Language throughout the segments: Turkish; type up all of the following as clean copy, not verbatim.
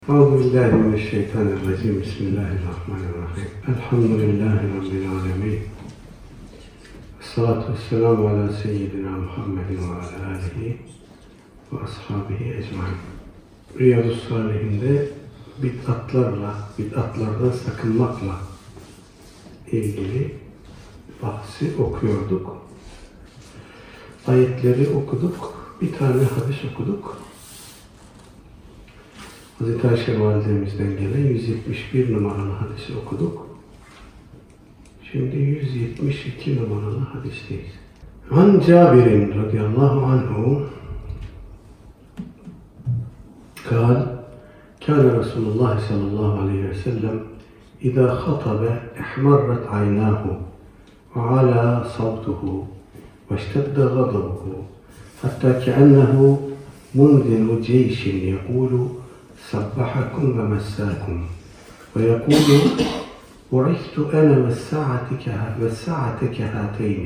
Euzubillahimineşşeytanirracim. Bismillahirrahmanirrahim. Elhamdülillahi Rabbil alemin. Esselatu vesselamu ala seyyidina Muhammedin ve ala alihi ve ashabihi ecmaîn. Riyadus-Sâlihîn'de bid'atlardan sakınmakla ilgili bahsi okuyorduk. Ayetleri okuduk. Bir tane hadis okuduk. Hazreti Ayşe validemizden gelen 171 numaralı hadisi okuduk. Şimdi 172 numaralı hadisteyiz. An Cabirin radıyallahu anhu قال كان رسول الله صلى الله عليه وسلم إذا خطب احمرت عيناه وعلى صوته واشتد غضبه حتى كأنه منذر جيش يقول صبحكم ومساكم ويقول بعثت أنا والساعة كهاتين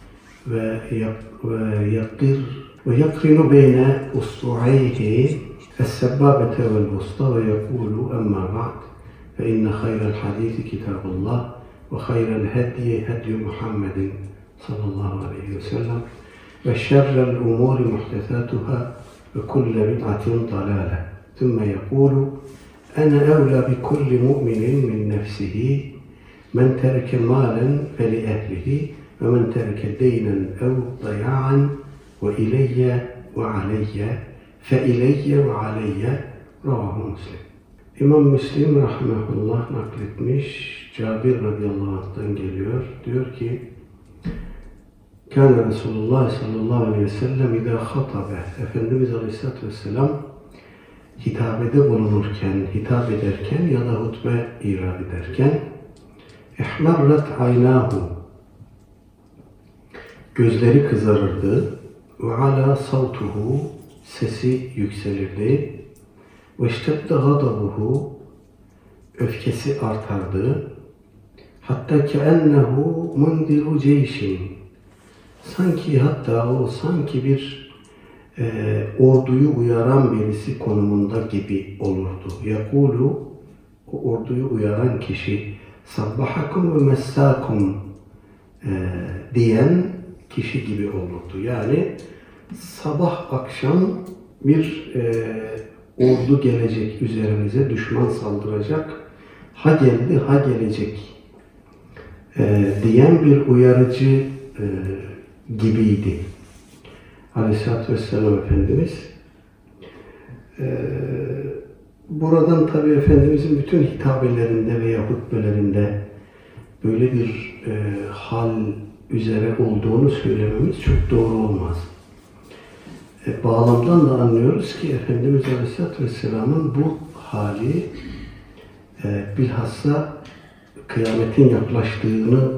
ويقرن بين أصبعيه السبابة والوسطى ويقول أما بعد فإن خير الحديث كتاب الله وخير الهدي هدي محمد صلى الله عليه وسلم وشر الأمور محدثاتها وكل بدعة ضلالة ثم يقول أنا أولى بكل مؤمن من نفسه من ترك مالا فلأهله ومن ترك دينا أو ضياعا وإلي وعلي فإلي وعلي رواه مسلم. İmam Müslim rahmetullah nakletmiş, Cabir radıyallahu anh'tan geliyor. Diyor ki Kâne Resulullah sallallahu aleyhi ve sellem idâ khatabe. Efendimiz aleyhissalatü vesselam hitabede bulunurken, hitap ederken ya da hutbe irad ederken ihmarrat aynahu, gözleri kızarırdı ve ala savtuhu, sesi yükselirdi ve iştedde gadabuhu, öfkesi artardı hatta keennehu mundiru ceyşin, sanki bir orduyu uyaran birisi konumunda gibi olurdu. Yakulu, o orduyu uyaran kişi, sabbahakum ve messakum diyen kişi gibi olurdu. Yani sabah akşam bir ordu gelecek üzerimize, düşman saldıracak, ha geldi ha gelecek diyen bir uyarıcı gibiydi. Aleyhisselatü Vesselam Efendimiz. Buradan tabii Efendimizin bütün hitabelerinde veya hutbelerinde böyle bir hal üzere olduğunu söylememiz çok doğru olmaz. Bağlamdan da anlıyoruz ki Efendimiz Aleyhisselatü Vesselam'ın bu hali bilhassa kıyametin yaklaştığını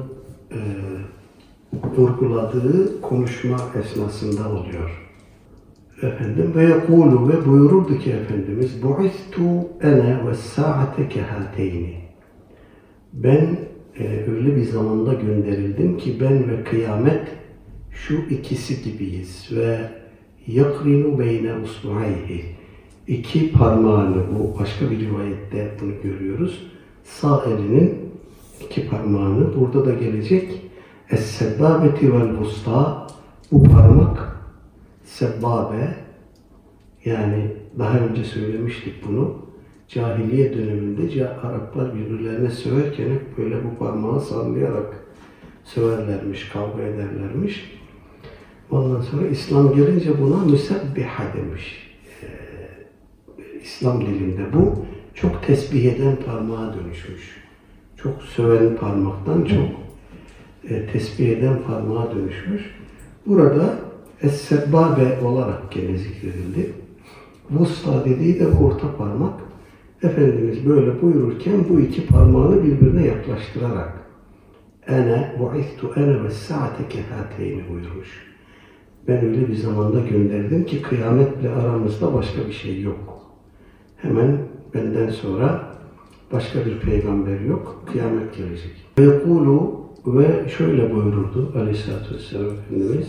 vurguladığı konuşma esnasında oluyor. Efendim ve yekulu, ve buyururdu ki Efendimiz bu'istu ene ve sa'ate kehateyni. Ben öyle bir zamanda gönderildim ki ben ve kıyamet şu ikisi gibiyiz ve yakrinu beyne usbu'ayhi, iki parmağını, bu başka bir rivayette bunu görüyoruz, sağ elinin iki parmağını, burada da gelecek Es-sebbâbeti vel-vusta, bu parmak sebbabe, yani daha önce söylemiştik bunu, cahiliye döneminde Araplar birbirlerine söverken hep böyle bu parmağı sallayarak söverlermiş, kavga ederlermiş. Ondan sonra İslam gelince buna müsebbiha demiş. İslam dilinde bu çok tesbih eden parmağa dönüşmüş. Çok söven parmaktan çok tesbih eden parmağa dönüşmüş. Burada es-sebbabe olarak gene zikredildi. Vusta dediği de orta parmak. Efendimiz böyle buyururken bu iki parmağını birbirine yaklaştırarak ene bu'istu ene ve sa'ate kehateyni buyurmuş. Ben öyle bir zamanda gönderdim ki kıyametle aramızda başka bir şey yok. Hemen benden sonra başka bir peygamber yok. Kıyamet gelecek. Ve yekulu, ve şöyle buyururdu Aleyhisselatü Vesselam Efendimiz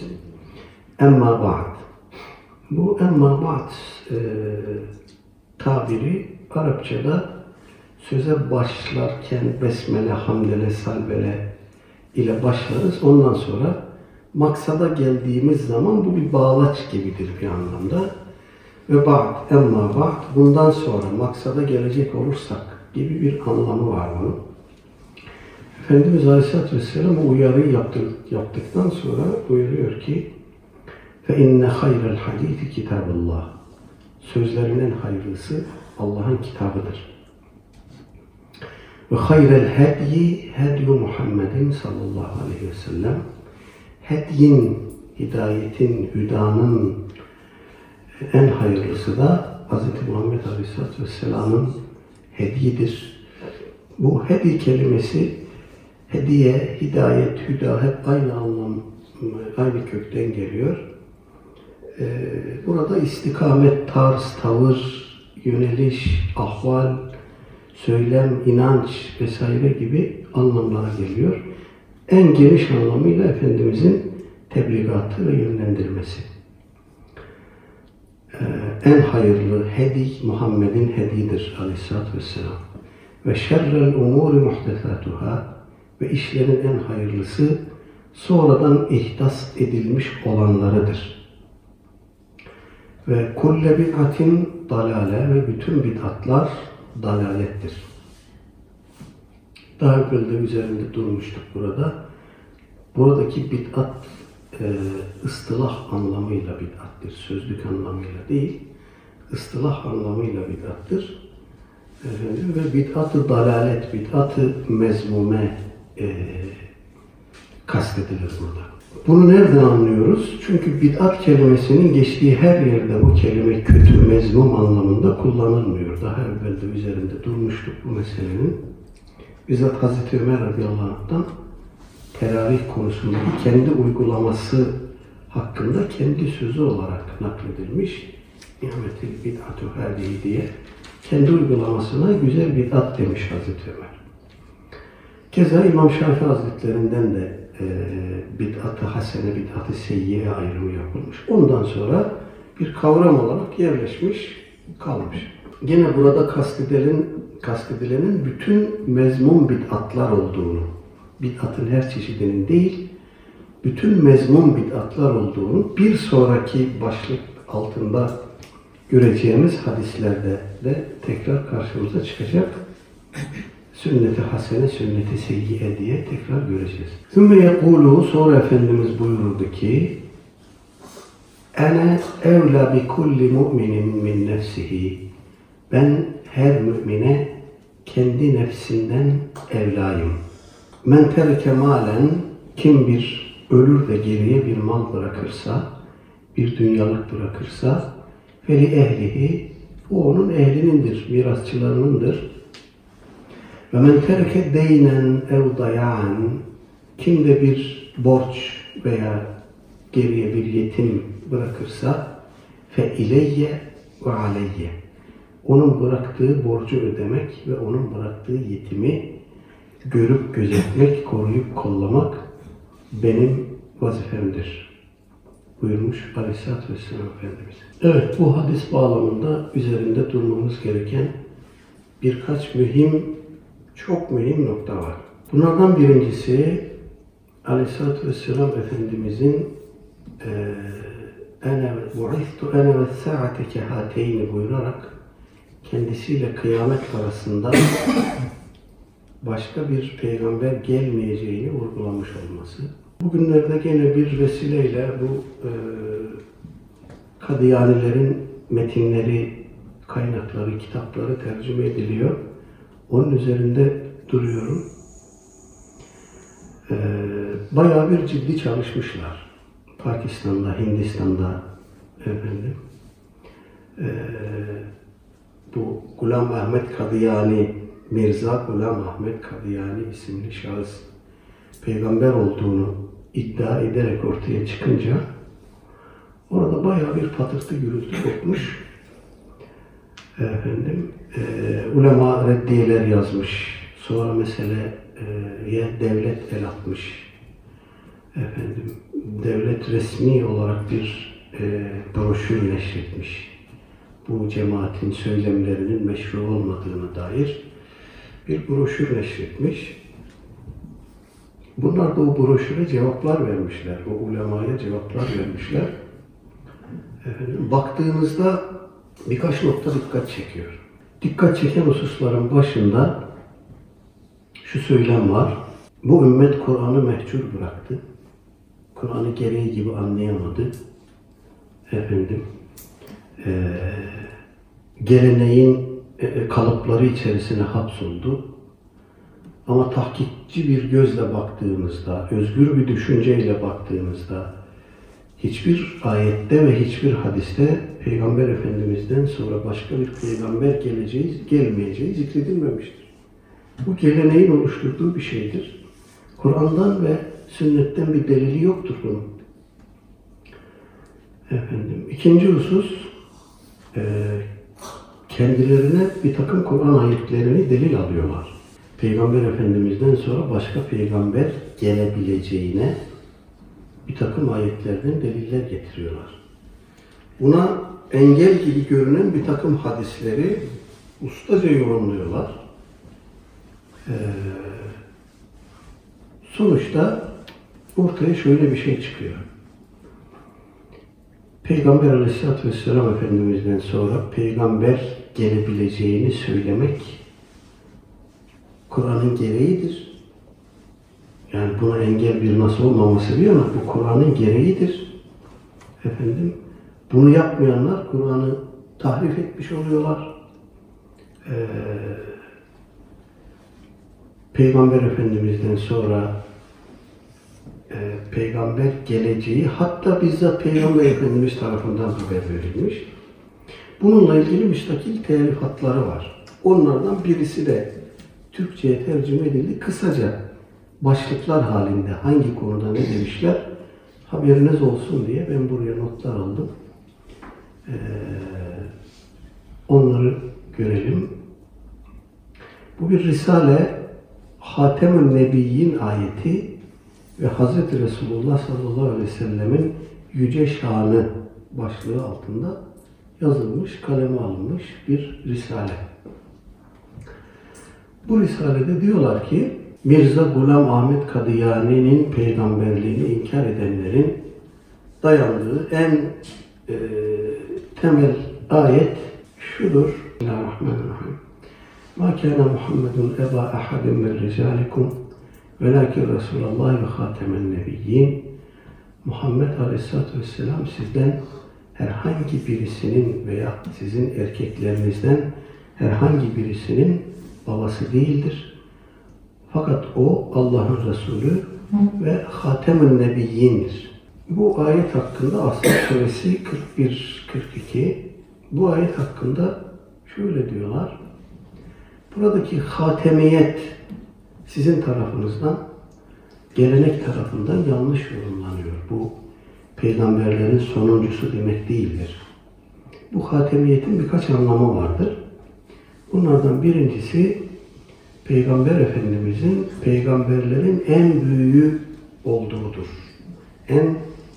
emma ba'd. Bu emma ba'd tabiri Arapçada söze başlarken besmele, hamdele, salvele ile başlarız. Ondan sonra maksada geldiğimiz zaman bu bir bağlaç gibidir bir anlamda. Ve ba'd, emma ba'd, bundan sonra maksada gelecek olursak gibi bir anlamı var bunun. Efendimiz Aleyhisselatü Vesselam o uyarıyı yaptıktan sonra buyuruyor ki فَاِنَّ خَيْرَ الْحَد۪يثِ كِتَابُ اللّٰهِ Sözlerin en hayırlısı Allah'ın kitabıdır. Ve hayrel hedyi hedyu Muhammedin sallallahu aleyhi ve sellem. Hedyin, hidayetin, hüdanın en hayırlısı da Hz. Muhammed Aleyhisselatü Vesselam'ın hediyedir. Bu hediye kelimesi, hediye, hidayet, hüda hep aynı anlam, aynı kökten geliyor. Burada istikamet, tarz, tavır, yöneliş, ahval, söylem, inanç vesaire gibi anlamlara geliyor. En geniş anlamıyla Efendimizin tebligatı ve yönlendirmesi. En hayırlı hedi Muhammed'in hedidir Aleyhisselatü Vesselam. Ve şerrel umuri muhdesatuhâ ve işlerin en hayırlısı sonradan ihdas edilmiş olanlarıdır. Ve kulle bid'atin dalale ve bütün bid'atlar dalalettir. Daha evvel de üzerinde durmuştuk burada. Buradaki bid'at ıstılah anlamıyla bid'attir. Sözlük anlamıyla değil, ıstılah anlamıyla bid'attir. Ve bid'at-ı dalalet, bid'at-ı mezmume kastedilir burada. Bunu nereden anlıyoruz? Çünkü bid'at kelimesinin geçtiği her yerde bu kelime kötü, mezmum anlamında kullanılmıyor. Daha evvel de üzerinde durmuştuk bu meselenin. Bizzat Hazreti Ömer radıyallahu anh'tan teravih konusundaki kendi uygulaması hakkında kendi sözü olarak nakledilmiş. Ni'metil bid'atu hâdihi diye kendi uygulamasına güzel bid'at demiş Hazreti Ömer. Keza İmam Şafii Hazretlerinden de bid'at-ı hasene, bid'at-ı seyyiye ayrımı yapılmış. Ondan sonra bir kavram olarak yerleşmiş, kalmış. Yine burada kastedilenin bütün mezmum bid'atlar olduğunu, bid'atın her çeşidinin değil, bütün mezmum bid'atlar olduğunu bir sonraki başlık altında göreceğimiz hadislerde de tekrar karşımıza çıkacak. Sünnet-i hasene, sünnet-i seyyiye diye tekrar göreceğiz. Sümme yekûlû, sonra Efendimiz buyururdu ki Ene evlâ bi kulli mu'minin min nefsihi. Ben her mümine kendi nefsinden evlayım. Men terke malen, kim bir ölür de geriye bir mal bırakırsa, bir dünyalık bırakırsa feli ehlihi, o onun ehlinindir, mirasçılarınındır. Ve men terke deynen ev dayan, kim de bir borç veya geriye bir yetim bırakırsa fe ileyye ve aleyye, onun bıraktığı borcu ödemek ve onun bıraktığı yetimi görüp gözetmek, koruyup kollamak benim vazifemdir buyurmuş Aleyhisselatü Vesselam Efendimiz. Evet, bu hadis bağlamında üzerinde durmamız gereken birkaç çok mühim nokta var. Bunlardan birincisi Aleyhisselatü Vesselam Efendimizin ene bu'istu ene ve sa'ate kehateyni buyurarak kendisiyle kıyamet arasında başka bir peygamber gelmeyeceğini vurgulamış olması. Bugünlerde gene bir vesileyle bu Kadıyanilerin metinleri, kaynakları, kitapları tercüme ediliyor. Onun üzerinde duruyorum. Bayağı bir ciddi çalışmışlar. Pakistan'da, Hindistan'da efendim. Bu Gulam Ahmet Kadıyani, Mirza Gulam Ahmet Kadıyani isimli şahıs peygamber olduğunu iddia ederek ortaya çıkınca orada bayağı bir patırtı gürültü kopmuş. Ulema reddiyeler yazmış. Sonra meseleye devlet el atmış. Devlet resmi olarak bir broşür neşretmiş. bu cemaatin söylemlerinin meşru olmadığına dair bir broşür neşretmiş. Bunlar da o broşüre cevaplar vermişler, o ulemaya cevaplar vermişler. Efendim, baktığınızda birkaç nokta dikkat çekiyor. Dikkat çeken hususların başında şu söylem var. Bu ümmet Kur'an'ı mehcur bıraktı. Kur'an'ı gereği gibi anlayamadı. Efendim, geleneğin kalıpları içerisine hapsoldu. Ama tahkikçi bir gözle baktığınızda, özgür bir düşünceyle baktığınızda hiçbir ayette ve hiçbir hadiste Peygamber Efendimiz'den sonra başka bir peygamber gelmeyeceği zikredilmemiştir. Bu geleneğin oluşturduğu bir şeydir. Kur'an'dan ve sünnetten bir delili yoktur bunun. Efendim, ikinci husus, kendilerine bir takım Kur'an ayetlerini delil alıyorlar. Peygamber Efendimiz'den sonra başka peygamber gelebileceğine bir takım ayetlerden deliller getiriyorlar. Buna engel gibi görünen bir takım hadisleri ustaca yorumluyorlar. Sonuçta ortaya şöyle bir şey çıkıyor. Peygamber Aleyhisselatü Vesselam Efendimiz'den sonra peygamber gelebileceğini söylemek Kur'an'ın gereğidir. Yani buna engel bir nasıl olmaması bir yana bu Kur'an'ın gereğidir. Efendim, bunu yapmayanlar Kur'an'ı tahrif etmiş oluyorlar. Peygamber Efendimiz'den sonra peygamber geleceği hatta bizzat Peygamber Efendimiz tarafından haber verilmiş. Bununla ilgili müstakil telifatları var. Onlardan birisi de Türkçe'ye tercüme edildi. Kısaca başlıklar halinde hangi konuda ne demişler haberiniz olsun diye ben buraya notlar aldım. Onları görelim. Bu bir risale, Hatemün Nebiyyin ayeti ve Hz. Resulullah sallallahu aleyhi ve sellemin yüce şanı başlığı altında yazılmış, kaleme alınmış bir risale. Bu risalede diyorlar ki, Mirza Gulam Ahmet Kadıyani'nin peygamberliğini inkar edenlerin dayandığı en temel ayet şudur. Bismillahirrahmanirrahim. Ma kana Muhammedun eba ahadin min ricalikum velakin Resulullah ve hatemen nebiyyin. Muhammed Aleyhisselatü Vesselam sizden herhangi birisinin veya sizin erkeklerinizden herhangi birisinin babası değildir. Fakat o Allah'ın Resulü ve Hatem-ül Nebiyyin'dir. Bu ayet hakkında Ashab Suresi 41-42 bu ayet hakkında şöyle diyorlar. Buradaki hatemiyet sizin tarafınızdan, gelenek tarafından yanlış yorumlanıyor. Bu peygamberlerin sonuncusu demek değildir. Bu hatemiyetin birkaç anlamı vardır. Bunlardan birincisi Peygamber Efendimizin peygamberlerin en büyüğü olduğudur. En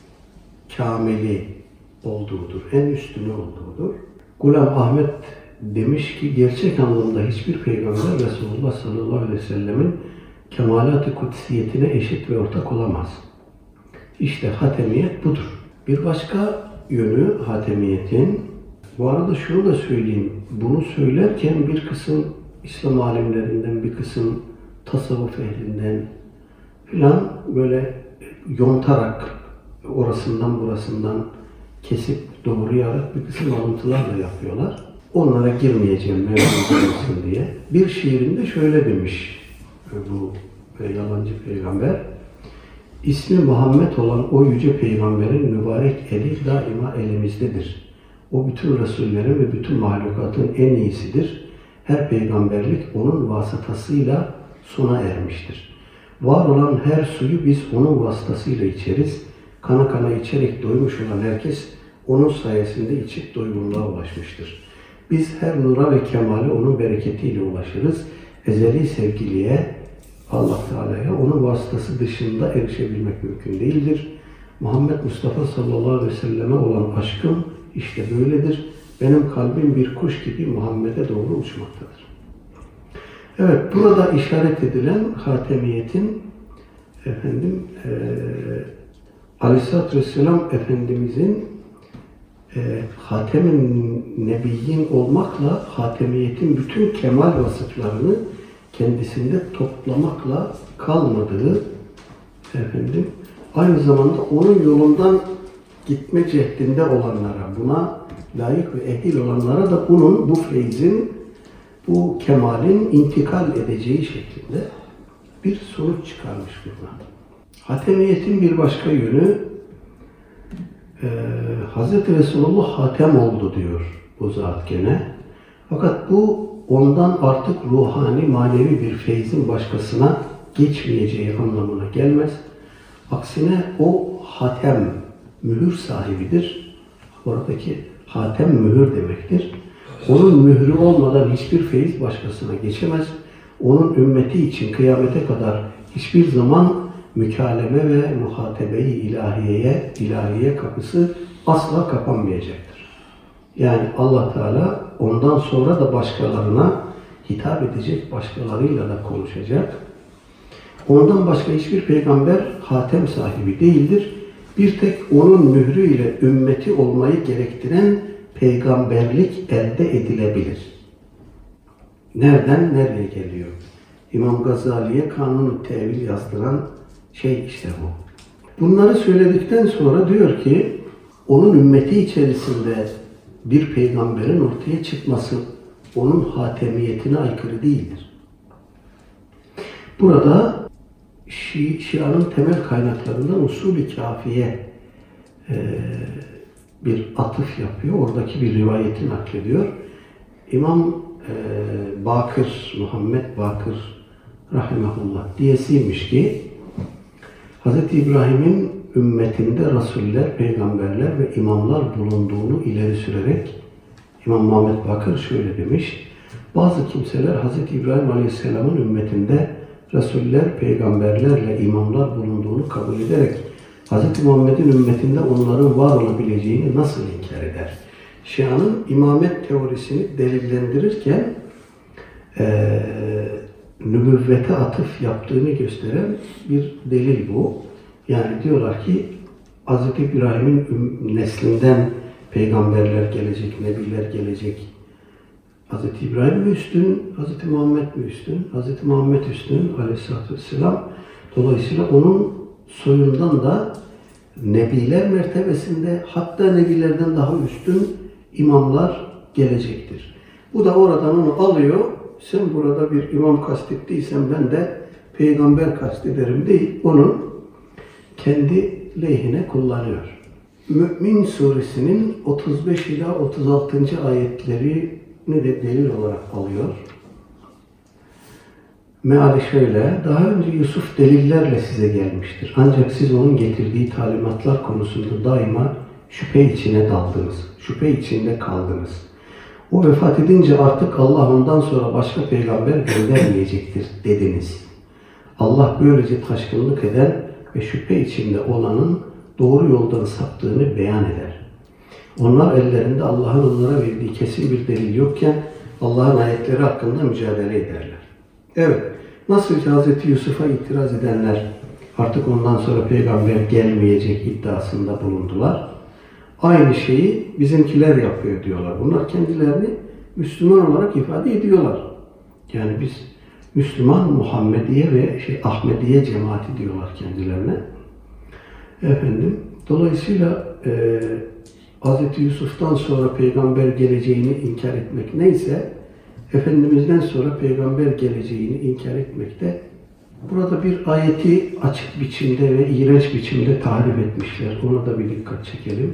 kamili olduğudur. En üstünü olduğudur. Gulam Ahmet demiş ki gerçek anlamda hiçbir peygamber Resulullah sallallahu aleyhi ve sellemin kemalat-ı kutsiyetine eşit ve ortak olamaz. İşte hatemiyet budur. Bir başka yönü hatemiyetin, bu arada şunu da söyleyeyim, bunu söylerken bir kısım İslam alimlerinden, bir kısım tasavvuf ehlinden filan böyle yontarak, orasından burasından kesip doğrayarak bir kısım alıntılarla yapıyorlar. Onlara girmeyeceğim mevzu olsun diye. Bir şiirinde şöyle demiş bu yalancı peygamber. İsmi Muhammed olan o yüce peygamberin mübarek eli daima elimizdedir. O bütün Resullerin ve bütün mahlukatın en iyisidir. Her peygamberlik onun vasıtasıyla sona ermiştir. Var olan her suyu biz onun vasıtasıyla içeriz. Kana kana içerek doymuş olan herkes onun sayesinde içip doygunluğa ulaşmıştır. Biz her nura ve kemale onun bereketiyle ulaşırız. Ezeli sevgiliye, Allah Teala'ya onun vasıtası dışında erişebilmek mümkün değildir. Muhammed Mustafa sallallahu aleyhi ve selleme olan aşkım işte böyledir. Benim kalbim bir kuş gibi Muhammed'e doğru uçmaktadır. Evet, burada işaret edilen hatemiyetin Aleyhisselatü Vesselam Efendimizin Hatem-i Nebiyyin olmakla hatemiyetin bütün kemal vasıflarını kendisinde toplamakla kalmadığı aynı zamanda onun yolundan gitme cehdinde olanlara, buna layık ve ehil olanlara da bu feyzin, bu kemalin intikal edeceği şeklinde bir sonuç çıkarmış burada. Hatemiyetin bir başka yönü, Hz. Resulullah hatem oldu diyor bu zat gene. Fakat bu ondan artık ruhani, manevi bir feyzin başkasına geçmeyeceği anlamına gelmez. Aksine o hatem, mühür sahibidir. Oradaki hatem mühür demektir. Onun mührü olmadan hiçbir feyiz başkasına geçemez. Onun ümmeti için kıyamete kadar hiçbir zaman mükaleme ve muhatebe-i ilahiye kapısı asla kapanmayacaktır. Yani Allah Teala ondan sonra da başkalarına hitap edecek, başkalarıyla da konuşacak. Ondan başka hiçbir peygamber hatem sahibi değildir. Bir tek onun mührüyle ümmeti olmayı gerektiren peygamberlik elde edilebilir. Nereden nereye geliyor? İmam Gazali'ye Kanun-u Tevil yazdıran şey işte bu. Bunları söyledikten sonra diyor ki, onun ümmeti içerisinde bir peygamberin ortaya çıkması onun hatemiyetine aykırı değildir. Burada Şia'nın temel kaynaklarından usul-i kafiye bir atıf yapıyor. Oradaki bir rivayeti naklediyor. İmam Muhammed Bakır rahimahullah diyesiymiş ki Hz. İbrahim'in ümmetinde rasuller, peygamberler ve imamlar bulunduğunu ileri sürerek İmam Muhammed Bakır şöyle demiş. Bazı kimseler Hz. İbrahim Aleyhisselam'ın ümmetinde rasuller, peygamberlerle imamlar bulunduğunu kabul ederek Hz. Muhammed'in ümmetinde onların var olabileceğini nasıl inkar eder? Şia'nın imamet teorisini delillendirirken nübüvvete atıf yaptığını gösteren bir delil bu. Yani diyorlar ki Hz. İbrahim'in neslinden peygamberler gelecek, nebiler gelecek. Hz. İbrahim mi üstün, Hz. Muhammed mi üstün? Hz. Muhammed üstün Aleyhisselatü Vesselam. Dolayısıyla onun soyundan da nebiler mertebesinde, hatta nebilerden daha üstün imamlar gelecektir. Bu da oradan onu alıyor. Sen burada bir imam kastettiysen ben de peygamber kastederim değil. Onu kendi lehine kullanıyor. Mü'min suresinin 35 ila 36. ayetlerini de delil olarak alıyor. Meali şöyle, daha önce Yusuf delillerle size gelmiştir. Ancak siz onun getirdiği talimatlar konusunda daima şüphe içine daldınız. Şüphe içinde kaldınız. O vefat edince artık Allah ondan sonra başka peygamber göndermeyecektir dediniz. Allah böylece taşkınlık eden ve şüphe içinde olanın doğru yoldan saptığını beyan eder. Onlar ellerinde Allah'ın onlara verdiği kesin bir delil yokken Allah'ın ayetleri hakkında mücadele ederler. Evet, nasıl ki Hz. Yusuf'a itiraz edenler artık ondan sonra peygamber gelmeyecek iddiasında bulundular. Aynı şeyi bizimkiler yapıyor diyorlar. Bunlar kendilerini Müslüman olarak ifade ediyorlar. Yani biz Müslüman, Muhammediye ve Ahmediye cemaati diyorlar kendilerine. Dolayısıyla Hz. Yusuf'tan sonra peygamber geleceğini inkar etmek neyse, Efendimiz'den sonra peygamber geleceğini inkar etmek de burada bir ayeti açık biçimde ve iğrenç biçimde tahrip etmişler. Ona da bir dikkat çekelim.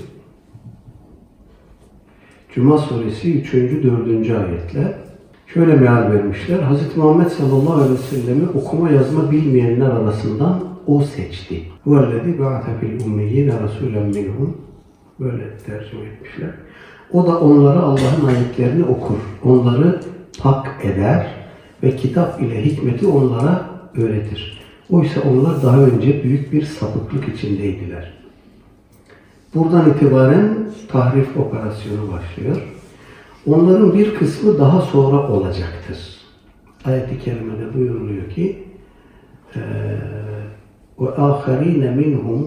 Cuma suresi 3. 4. ayetler şöyle meal vermişler. Hz. Muhammed sallallahu aleyhi ve sellem'i okuma yazma bilmeyenler arasından o seçti. وَالَّذِي بَعَثَ فِي الْاُمِّيِّينَ رَسُولًا مِنْهُمْ böyle tercüme etmişler. O da onlara Allah'ın ayetlerini okur. Onları pak eder ve kitap ile hikmeti onlara öğretir. Oysa onlar daha önce büyük bir sapıklık içindeydiler. Buradan itibaren tahrif operasyonu başlıyor. Onların bir kısmı daha sonra olacaktır. Ayet-i kerimede buyuruluyor ki وَآخَرِينَ مِنْهُمْ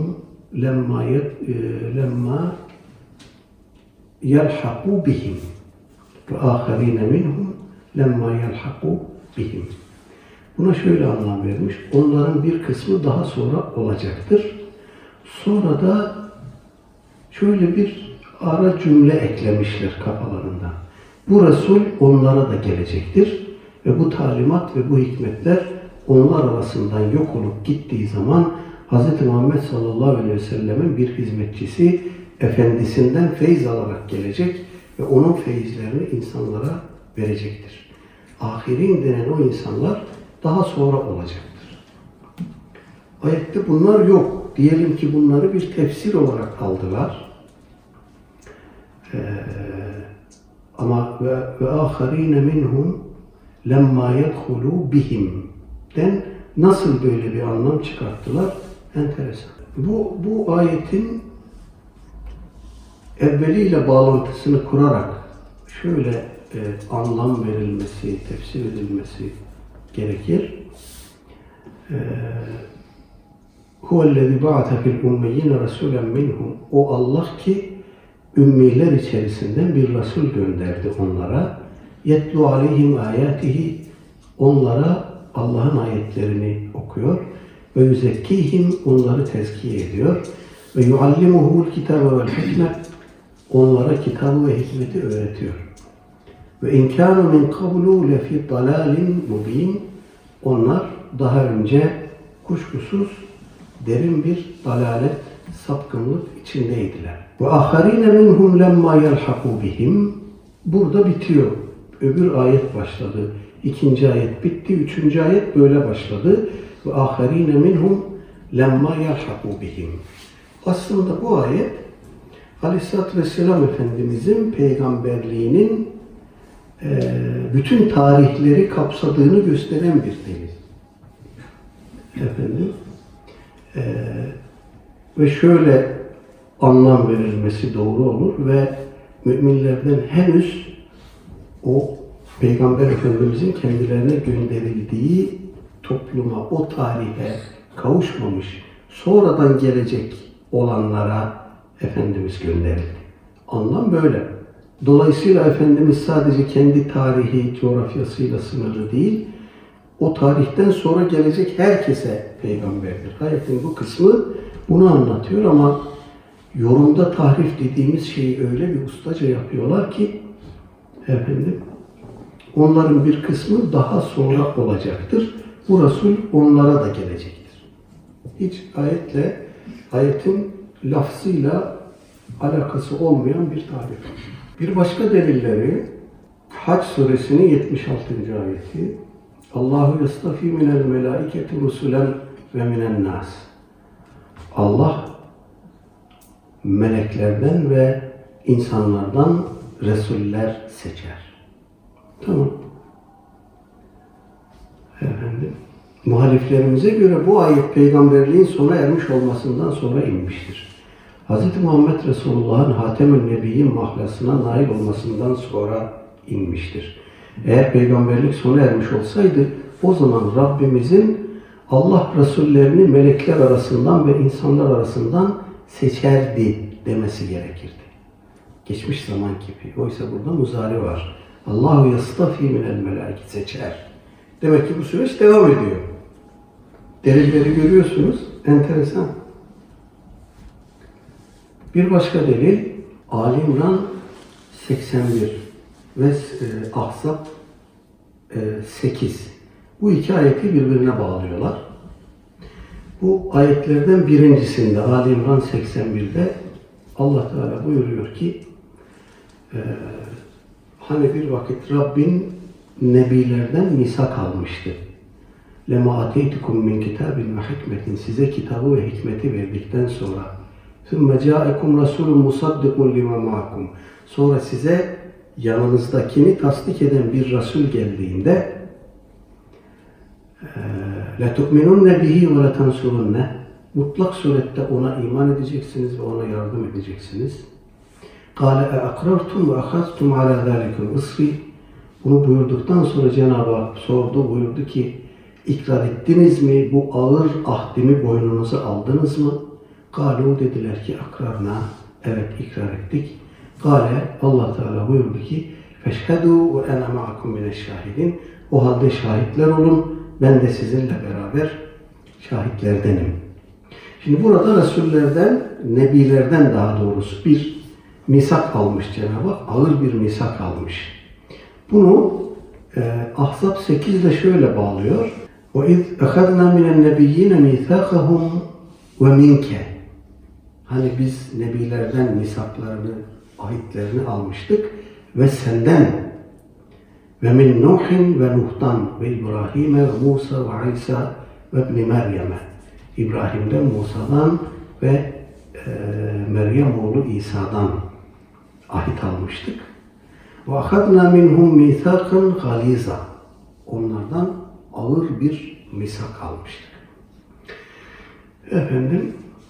لَمَّا يَلْحَقُوا بِهِمْ وَآخَرِينَ مِنْهُمْ لَمَّا يَلْحَقُوا بِهِمْ. Buna şöyle anlam vermiş. Onların bir kısmı daha sonra olacaktır. Sonra da şöyle bir ara cümle eklemişler kafalarında. Bu Resul onlara da gelecektir ve bu talimat ve bu hikmetler onlar arasından yok olup gittiği zaman Hz. Muhammed sallallahu aleyhi ve sellemin bir hizmetçisi efendisinden feyz alarak gelecek ve onun feyizlerini insanlara verecektir. Ahirin denen o insanlar daha sonra olacaktır. Ayette bunlar yok. Diyelim ki bunları bir tefsir olarak aldılar. Ama ve aharine minhum lemma yedhulu bihim'den nasıl böyle bir anlam çıkarttılar? Enteresan. Bu ayetin evveliyle bağlantısını kurarak şöyle anlam verilmesi, tefsir edilmesi gerekir. Huvellezî ba'ate fil ummiyîne rasûlen minhum. O Allah ki ümmiler içerisinden bir Resul gönderdi onlara. Yetlu aleyhim âyâtihi. Onlara Allah'ın ayetlerini okuyor. Ve yüzekkihim. Onları tezkiye ediyor. Ve yuallimuhul kitâbe vel hikmet. Onlara kitabı ve hikmeti öğretiyor. Ve inkânu min kablu lefî dalâlin mubîn. Onlar daha önce kuşkusuz derin bir dalalet, sapkınlık içindeydiler. Ve aharine minhum lemma yelhaqu bihim. Burada bitiyor. Öbür ayet başladı. İkinci ayet bitti. Üçüncü ayet böyle başladı. Ve aharine minhum lemma yelhaqu bihim. Aslında bu ayet Aleyhisselatü Vesselam Efendimizin peygamberliğinin bütün tarihleri kapsadığını gösteren bir delil. Efendim, ve şöyle anlam verilmesi doğru olur ve müminlerden henüz o Peygamber Efendimizin kendilerine gönderildiği topluma, o tarihe kavuşmamış, sonradan gelecek olanlara Efendimiz gönderildi. Anlam böyle. Dolayısıyla Efendimiz sadece kendi tarihi, coğrafyasıyla sınırlı değil, o tarihten sonra gelecek herkese peygamberdir. Ayetin bu kısmı bunu anlatıyor ama yorumda tahrif dediğimiz şeyi öyle bir ustaca yapıyorlar ki efendim onların bir kısmı daha sonra olacaktır. Bu Resul onlara da gelecektir. Hiç ayetin lafzıyla alakası olmayan bir tarif. Bir başka delilleri Hac suresinin 76. ayeti. Allahu yestafi minel melaiketi rusulen ve minen nas. Allah meleklerden ve insanlardan resuller seçer. Tamam. Efendim, muhaliflerimize göre bu ayet peygamberliğin sona ermiş olmasından sonra inmiştir. Hz. Muhammed Resulullah'ın Hatem-ül Nebiyyin mahlasına nail olmasından sonra inmiştir. Eğer peygamberlik sona ermiş olsaydı o zaman Rabbimizin Allah Resullerini melekler arasından ve insanlar arasından seçerdi demesi gerekirdi. Geçmiş zaman gibi. Oysa burada muzari var. Allahu yastafi minel melaike seçer. Demek ki bu süreç devam ediyor. Delilleri görüyorsunuz. Enteresan. Bir başka delil Ali İmran 81 ve Ahzab 8. Bu iki ayeti birbirine bağlıyorlar. Bu ayetlerden birincisinde Ali İmran 81'de Allah Teala buyuruyor ki hani bir vakit Rabbin nebilerden misak almıştı. Lema ateytukum min kitabin ve hikmetin, size kitabı ve hikmeti verdikten sonra ثُمَّ جَاءَكُمْ رَسُولٌ مُصَدِّقٌ لِمَا مَعَكُمْ, sonra size yanınızdakini tasdik eden bir Resul geldiğinde لَتُؤْمِنُنَّ بِهِ وَلَتَنْصُرُنَّ, mutlak surette ona iman edeceksiniz ve ona yardım edeceksiniz. قَالَ اَاَقْرَرْتُمْ وَاَخَذْتُمْ عَلَى ذَٰلِكُمْ اِصْرِي. Bunu buyurduktan sonra Cenab-ı Hak sordu, buyurdu ki, ikrar ettiniz mi? Bu ağır ahdimi boynunuza aldınız mı? قَالُوا dediler ki, akrarna, evet ikrar ettik. Kale, Allah Teala buyurdu ki, فَشْهَدُوا وَاَنَا مَعَكُمْ مِنَ الشَّاهِدِينَ. O halde şahitler olun, ben de sizinle beraber şahitlerdenim. Şimdi burada Resullerden, Nebilerden daha doğrusu bir misak almış Cenab-ı Hak, ağır bir misak almış. Bunu Ahzab 8 ile şöyle bağlıyor. وَاِذْ اَخَذْنَا مِنَ النَّبِيِّينَ مِيثَاقَهُمْ وَمِنْكَ. Hani biz Nebilerden misaklarını, ahitlerini almıştık ve senden ve min Nuhin ve Nuh'tan ve İbrahim'e ve Musa ve İsa ve İbni Meryem'e. İbrahim'den, Musa'dan ve Meryem oğlu İsa'dan ahit almıştık. Ve ahadna minhum mithaqan galiza. Onlardan ağır bir misak almıştık. Efendim,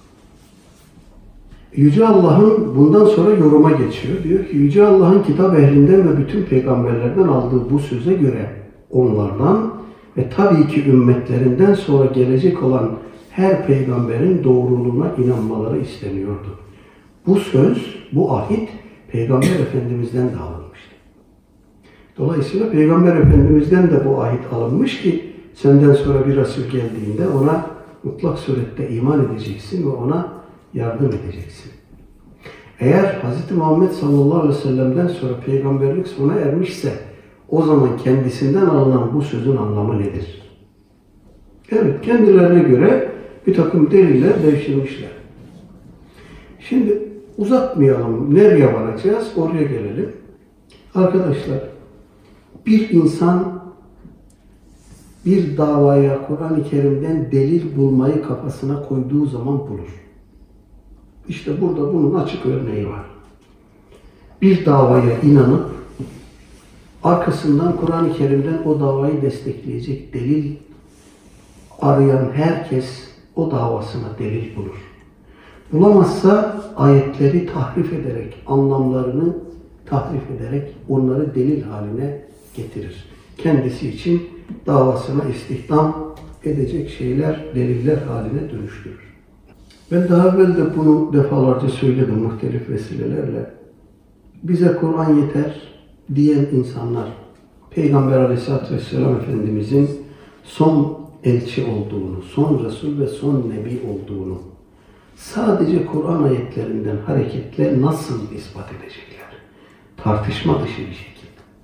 Yüce Allah'ın bundan sonra yoruma geçiyor. Diyor ki, Yüce Allah'ın kitap ehlinden ve bütün peygamberlerden aldığı bu söze göre onlardan ve tabii ki ümmetlerinden sonra gelecek olan her peygamberin doğruluğuna inanmaları isteniyordu. Bu söz, bu ahit Peygamber Efendimiz'den de alınmıştı. Dolayısıyla Peygamber Efendimiz'den de bu ahit alınmış ki senden sonra bir Resul geldiğinde ona mutlak surette iman edeceksin ve ona yardım edeceksin. Eğer Hz. Muhammed sallallahu aleyhi ve sellem'den sonra peygamberlik sona ermişse o zaman kendisinden alınan bu sözün anlamı nedir? Evet, kendilerine göre bir takım deliller devşirmişler. Şimdi uzatmayalım. Nereye varacağız? Oraya gelelim. Arkadaşlar, bir insan bir davaya Kur'an-ı Kerim'den delil bulmayı kafasına koyduğu zaman bulur. İşte burada bunun açık örneği var. Bir davaya inanıp arkasından Kur'an-ı Kerim'den o davayı destekleyecek delil arayan herkes o davasına delil bulur. Bulamazsa ayetleri tahrif ederek, anlamlarını tahrif ederek onları delil haline getirir. Kendisi için davasına istihdam edecek şeyler, deliller haline dönüştürür. Ben daha evvel de bunu defalarca söyledim muhtelif vesilelerle. Bize Kur'an yeter diyen insanlar, Peygamber Aleyhisselatü Vesselam Efendimizin son elçi olduğunu, son Resul ve son Nebi olduğunu sadece Kur'an ayetlerinden hareketle nasıl ispat edecekler? Tartışma dışı bir şekilde.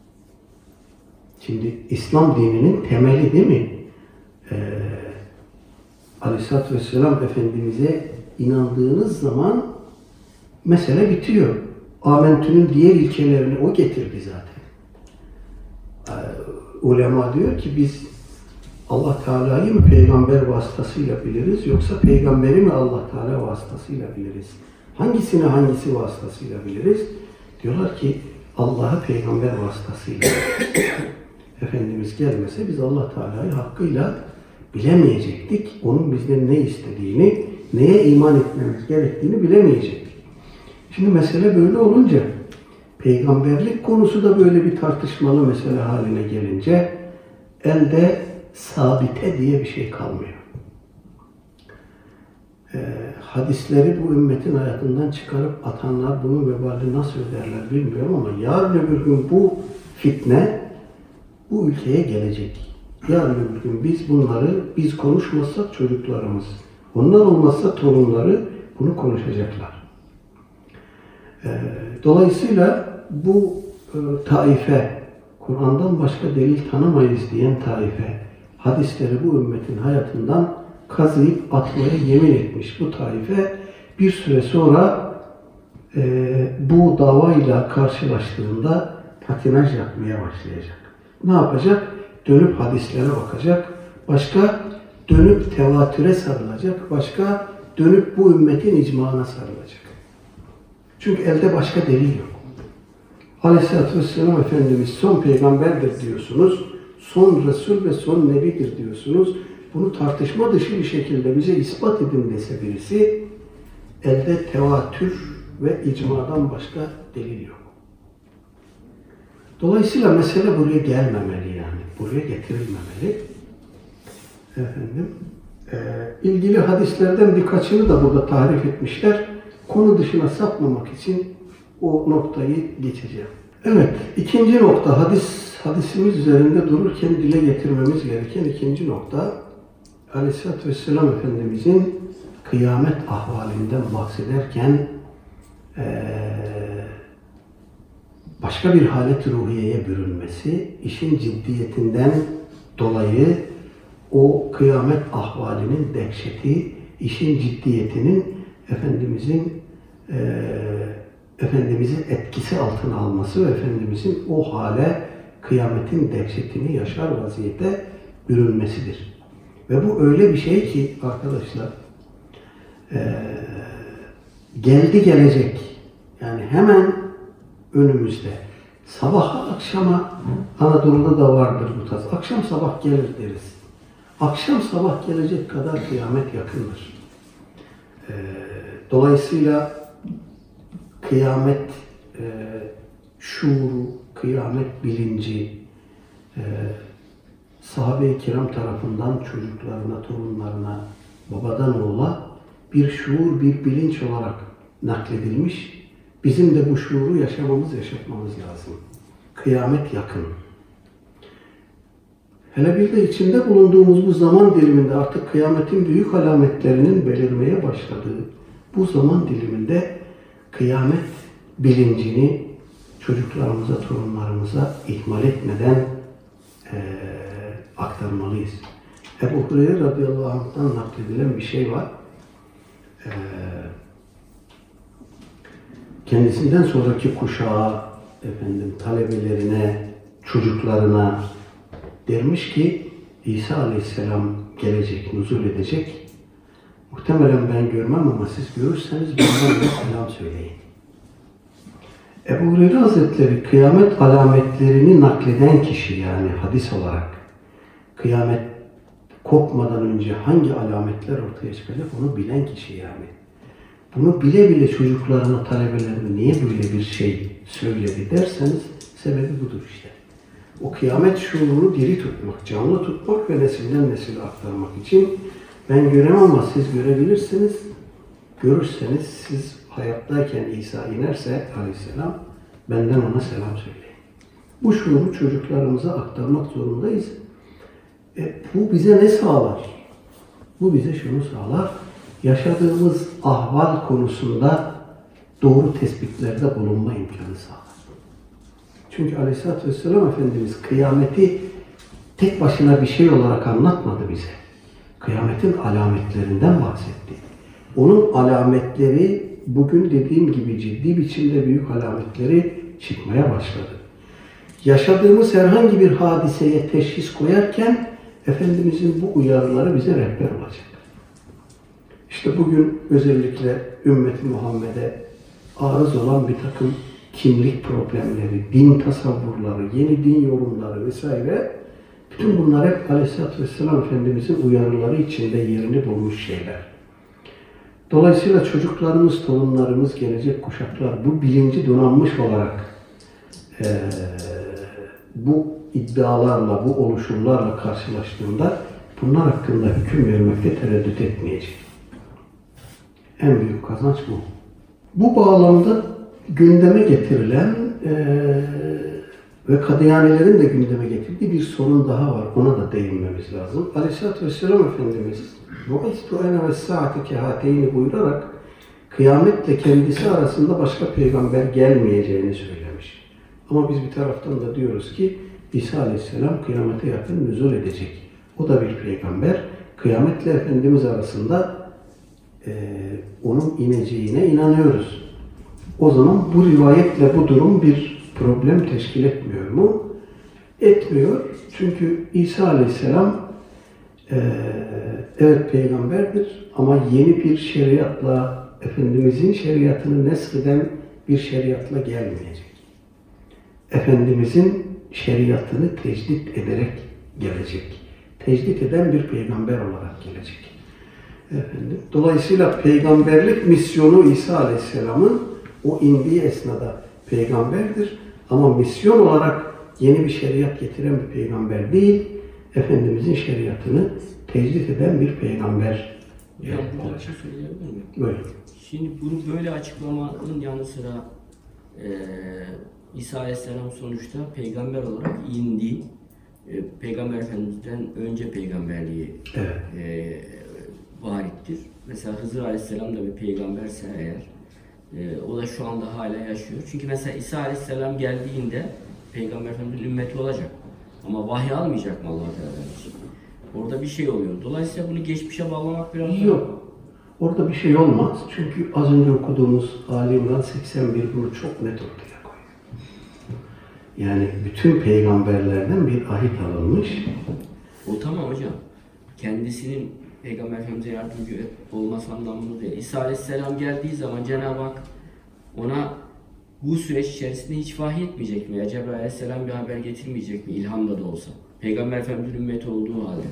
Şimdi İslam dininin temeli değil mi? Aleyhisselatü Vesselam Efendimiz'e inandığınız zaman mesele bitiyor. Amentü'nün diğer ilkelerini o getirdi zaten. Ulema diyor ki biz Allah Teala'yı mı peygamber vasıtasıyla biliriz yoksa peygamberi mi Allah Teala vasıtasıyla biliriz? Hangisini hangisi vasıtasıyla biliriz? Diyorlar ki Allah'ı peygamber vasıtasıyla Efendimiz gelmese biz Allah Teala'yı hakkıyla bilemeyecektik. Onun bizden ne istediğini, neye iman etmemiz gerektiğini bilemeyecektik. Şimdi mesele böyle olunca, peygamberlik konusu da böyle bir tartışmalı mesele haline gelince elde sabite diye bir şey kalmıyor. Hadisleri bu ümmetin hayatından çıkarıp atanlar bunun vebalini nasıl öderler bilmiyorum ama yarın öbür gün bu fitne bu ülkeye gelecek. Yarın öbür gün biz konuşmazsak çocuklarımız, onlar olmazsa torunları bunu konuşacaklar. Dolayısıyla bu taife, Kur'an'dan başka delil tanımayız diyen taife, hadisleri bu ümmetin hayatından kazıyıp atmaya yemin etmiş bu taife, bir süre sonra bu davayla karşılaştığında patinaj yapmaya başlayacak. Ne yapacak? Dönüp hadislere bakacak, başka dönüp tevatüre sarılacak, başka dönüp bu ümmetin icmağına sarılacak. Çünkü elde başka delil yok. Aleyhisselatü Vesselam Efendimiz son peygamberdir diyorsunuz, son Resul ve son Nebidir diyorsunuz. Bunu tartışma dışı bir şekilde bize ispat edin dese birisi, elde tevatür ve icmadan başka delil yok. Dolayısıyla mesele buraya gelmemeli yani. Buraya getirilmemeli. İlgili hadislerden birkaçını da burada tarif etmişler. Konu dışına sapmamak için o noktayı geçeceğim. Evet, ikinci nokta hadisimiz üzerinde dururken dile getirmemiz gereken ikinci nokta Aleyhisselatü Vesselam Efendimizin kıyamet ahvalinden bahsederken başka bir halet-i ruhiyeye bürünmesi, işin ciddiyetinden dolayı o kıyamet ahvalinin dehşeti, işin ciddiyetinin Efendimizin etkisi altına alması ve Efendimizin o hale kıyametin dehşetini yaşar vaziyete bürünmesidir. Ve bu öyle bir şey ki arkadaşlar, geldi gelecek, yani hemen önümüzde. Sabaha akşama Anadolu'da da vardır bu tarz. Akşam sabah gelir deriz. Akşam sabah gelecek kadar kıyamet yakındır. Dolayısıyla kıyamet şuuru, kıyamet bilinci sahabe-i kiram tarafından çocuklarına, torunlarına, babadan oğula bir şuur, bir bilinç olarak nakledilmiş. Bizim de bu şuuru yaşatmamız lazım. Kıyamet yakın. Hele bir de içinde bulunduğumuz bu zaman diliminde artık kıyametin büyük alametlerinin belirmeye başladığı bu zaman diliminde kıyamet bilincini çocuklarımıza, torunlarımıza ihmal etmeden aktarmalıyız. Ebu Hureyre radıyallahu anh'tan nakledilen bir şey var. Kendisinden sonraki kuşağa, talebelerine, çocuklarına dermiş ki İsa Aleyhisselam gelecek, nuzul edecek. Muhtemelen ben görmem ama siz görürseniz bana selam söyleyin. Ebu Hureyre Hazretleri kıyamet alametlerini nakleden kişi, yani hadis olarak kıyamet kopmadan önce hangi alametler ortaya çıkacak onu bilen kişi yani. Bunu bile bile çocuklarına, talebelerine niye böyle bir şey söyledi derseniz sebebi budur işte. O kıyamet şuurunu diri tutmak, canlı tutmak ve nesilden nesile aktarmak için ben göremem ama siz görebilirsiniz. Görürseniz siz hayattayken İsa inerse Aleyhisselam benden ona selam söyleyin. Bu şuuru çocuklarımıza aktarmak zorundayız. Bu bize ne sağlar? Bu bize şunu sağlar. Yaşadığımız ahval konusunda doğru tespitlerde bulunma imkanı sağlar. Çünkü Aleyhisselatü Vesselam Efendimiz kıyameti tek başına bir şey olarak anlatmadı bize. Kıyametin alametlerinden bahsetti. Onun alametleri bugün dediğim gibi ciddi biçimde büyük alametleri çıkmaya başladı. Yaşadığımız herhangi bir hadiseye teşhis koyarken Efendimizin bu uyarıları bize rehber olacak. İşte bugün özellikle Ümmet-i Muhammed'e arız olan bir takım kimlik problemleri, din tasavvurları, yeni din yorumları vesaire, bütün bunlar hep Aleyhisselatü Vesselam Efendimizin uyarıları içinde yerini bulmuş şeyler. Dolayısıyla çocuklarımız, torunlarımız, gelecek kuşaklar bu bilinci donanmış olarak bu iddialarla, bu oluşumlarla karşılaştığında bunlar hakkında hüküm vermekte tereddüt etmeyecek. En büyük kazanç bu. Bu bağlamda gündeme getirilen ve Kadıyanilerin de gündeme getirdiği bir sorun daha var. Ona da değinmemiz lazım. Aleyhisselatü Vesselam Efendimiz "Bu'istu ene ve saati kehateyni" buyurarak kıyametle kendisi arasında başka peygamber gelmeyeceğini söylemiş. Ama biz bir taraftan da diyoruz ki İsa Aleyhisselam kıyamete yakın nüzul edecek. O da bir peygamber. Kıyametle Efendimiz arasında onun ineceğine inanıyoruz. O zaman bu rivayetle bu durum bir problem teşkil etmiyor mu? Etmiyor. Çünkü İsa Aleyhisselam evet peygamberdir ama yeni bir şeriatla, Efendimizin şeriatını nesheden bir şeriatla gelmeyecek. Efendimizin şeriatını tecdit ederek gelecek. Tecdit eden bir peygamber olarak gelecek. Dolayısıyla peygamberlik misyonu İsa Aleyhisselam'ın O indiği esnada peygamberdir ama misyon olarak yeni bir şeriat getiren bir peygamber değil, Efendimizin şeriatını tecdit eden bir peygamber. Hocam burada bir şey söyleyebilir miyim? Böyle. Şimdi bunu böyle açıklamanın yanı sıra İsa Aleyhisselam sonuçta peygamber olarak indi. Peygamber Efendimiz'den önce peygamberliği varittir. Mesela Hızır Aleyhisselam da bir peygamberse eğer, o da şu anda hala yaşıyor. Çünkü mesela İsa Aleyhisselam geldiğinde Peygamber Efendimiz'in ümmeti olacak. Ama vahiy almayacak mı Allah Teala'dan için? Orada bir şey oluyor. Dolayısıyla bunu geçmişe bağlamak biraz yok. Orada bir şey olmaz. Çünkü az önce okuduğumuz Ali İmran 81 bunu çok net ortaya koyuyor. Yani bütün peygamberlerden bir ahit alınmış. O tamam hocam. Kendisinin Peygamber Efendimiz'e yardımcı olması anlamında değil. İsa Aleyhisselam geldiği zaman Cenab-ı Hak ona bu süreç içerisinde hiç vahiy etmeyecek mi? Ya Cebrail Aleyhisselam bir haber getirmeyecek mi? İlhamda da olsa. Peygamber Efendimiz'in ümmeti olduğu halde.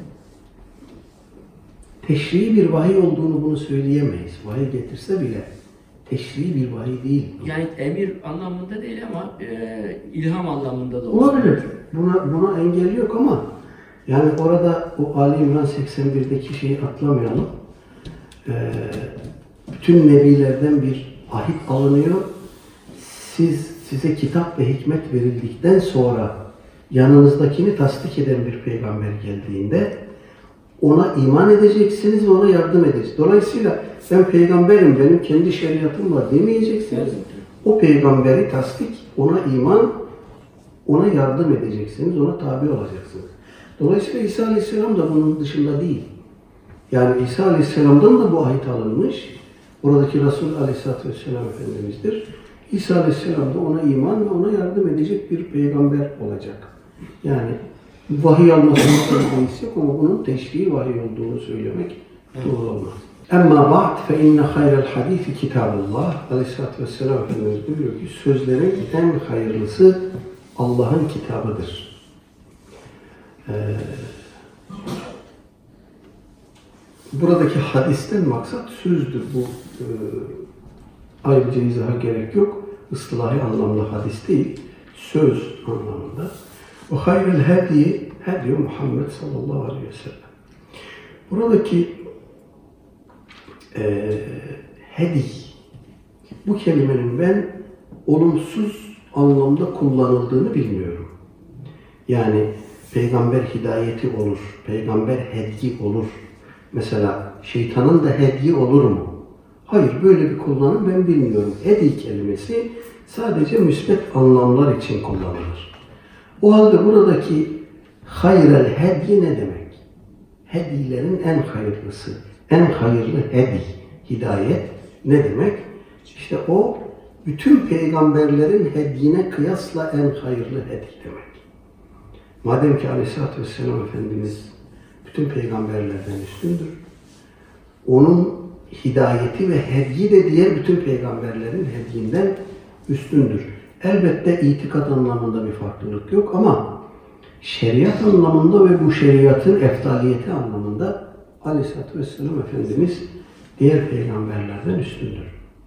Teşrii bir vahiy olduğunu bunu söyleyemeyiz. Vahiy getirse bile teşrii bir vahiy değil. Yani emir anlamında değil ama ilham anlamında da olsa. Olabilir. Buna engel yok ama yani orada o Ali İmran 81'deki şeyi atlamayalım. Bütün nebilerden bir ahit alınıyor. Size kitap ve hikmet verildikten sonra yanınızdakini tasdik eden bir peygamber geldiğinde ona iman edeceksiniz ve ona yardım edeceksiniz. Dolayısıyla ben peygamberim, benim kendi şeriatım var demeyeceksiniz. O peygamberi tasdik, ona iman, ona yardım edeceksiniz, ona tabi olacaksınız. Dolayısıyla İsa Aleyhisselam da bunun dışında değil. Yani İsa Aleyhisselam'dan da bu ahit alınmış. Oradaki Resul Aleyhisselatü Vesselam Efendimiz'dir. İsa Aleyhisselam da ona iman ve ona yardım edecek bir peygamber olacak. Yani vahiy almasının ilgisi yok ama bunun teşrii vahiy olduğunu söylemek doğru olmaz. Emma ba'd fe inne hayrel hadisi kitabullah. Aleyhisselatü Vesselam Efendimiz buyuruyor ki sözlerin en hayırlısı Allah'ın kitabıdır. Buradaki hadisten maksat sözdür. Bu ayrıca izaha gerek yok. Istilahi anlamda hadis değil, söz anlamında. O hayrel hediye, hediye Muhammed sallallahu aleyhi ve sellem. Buradaki hedi, bu kelimenin ben olumsuz anlamda kullanıldığını bilmiyorum. Yani peygamber hidayeti olur, peygamber hediye olur. Mesela şeytanın da hediye olur mu? Hayır, böyle bir kullanım ben bilmiyorum. Hedi kelimesi sadece müsbet anlamlar için kullanılır. O halde buradaki hayrel hedi ne demek? Hedilerin en hayırlısı, en hayırlı hedi, hidayet ne demek? İşte o bütün peygamberlerin hediyine kıyasla en hayırlı hedi demek. Madem ki Aleyhisselatü Vesselam Efendimiz bütün peygamberlerden üstündür, onun hidayeti ve hediyi de diğer bütün peygamberlerin hediyinden üstündür. Elbette itikad anlamında bir farklılık yok ama şeriat anlamında ve bu şeriatın eftaliyeti anlamında Aleyhisselatü Vesselam Efendimiz diğer peygamberlerden üstündür.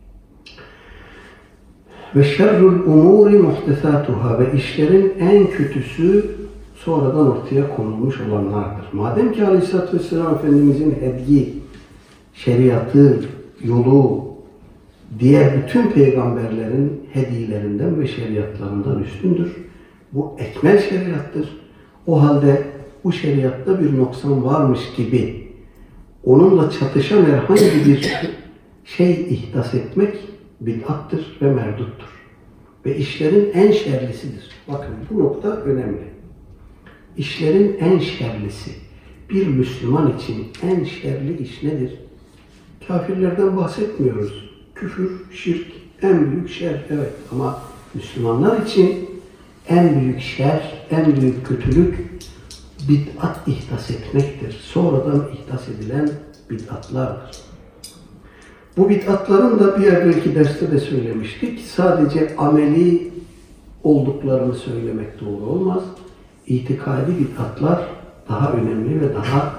Ve şerrul umuri muhtesatuhâ ve işlerin en kötüsü sonradan ortaya konulmuş olanlardır. Madem ki Aleyhisselatü Vesselam Efendimizin hediyi, şeriatı, yolu, diğer bütün peygamberlerin hediyelerinden ve şeriatlarından üstündür. Bu ekmel şeriattır. O halde bu şeriatta bir noksan varmış gibi onunla çatışan herhangi bir şey ihdas etmek bid'attır ve merduttur. Ve işlerin en şerlisidir. Bakın bu nokta önemli. İşlerin en şerlisi. Bir Müslüman için en şerli iş nedir? Kafirlerden bahsetmiyoruz. Küfür, şirk, en büyük şer. Evet ama Müslümanlar için en büyük şer, en büyük kötülük bid'at ihdas etmektir. Sonradan ihdas edilen bid'atlardır. Bu bid'atların da bir evvelki derste de söylemiştik. Sadece ameli olduklarını söylemek doğru olmaz. İtikadi bid'atlar daha önemli ve daha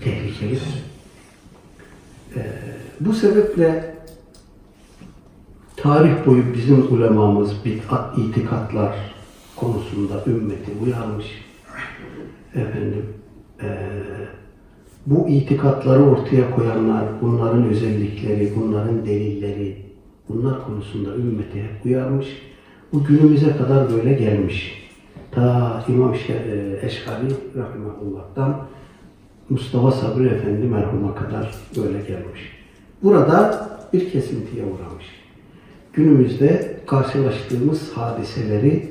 tehlikelidir. Bu sebeple tarih boyu bizim ulemamız bid'at itikatlar konusunda ümmeti uyarmış. Efendim, bu itikatları ortaya koyanlar, bunların özellikleri, bunların delilleri, bunlar konusunda ümmeti hep uyarmış. Bu günümüze kadar böyle gelmiş. Ta İmam Eş'ari Rahimahullah'tan Mustafa Sabri Efendi merhuma kadar böyle gelmiş. Burada bir kesintiye uğramış. Günümüzde karşılaştığımız hadiseleri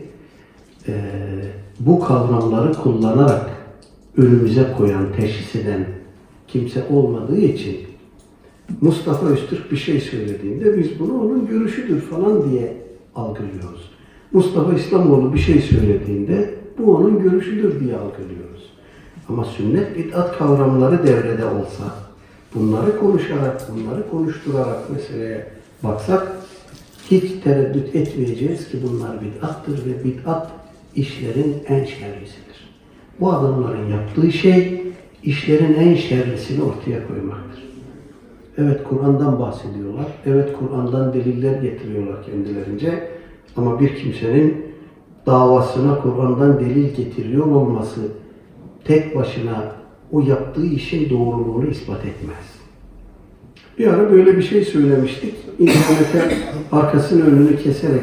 bu kavramları kullanarak önümüze koyan, teşhis eden kimse olmadığı için Mustafa Öztürk bir şey söylediğinde biz bunu onun görüşüdür falan diye algılıyoruz. Mustafa İslamoğlu bir şey söylediğinde bu onun görüşüdür diye algılıyoruz. Ama sünnet bid'at kavramları devrede olsa, bunları konuşarak, bunları konuşturarak meseleye baksak hiç tereddüt etmeyeceğiz ki bunlar bid'attır ve bid'at işlerin en şerlisidir. Bu adamların yaptığı şey işlerin en şerlisini ortaya koymaktır. Evet, Kur'an'dan bahsediyorlar. Evet, Kur'an'dan deliller getiriyorlar kendilerince. Ama bir kimsenin davasına Kur'an'dan delil getiriyor olması tek başına o yaptığı işin doğruluğunu ispat etmez. Bir ara böyle bir şey söylemiştik. İnternete arkasının önünü keserek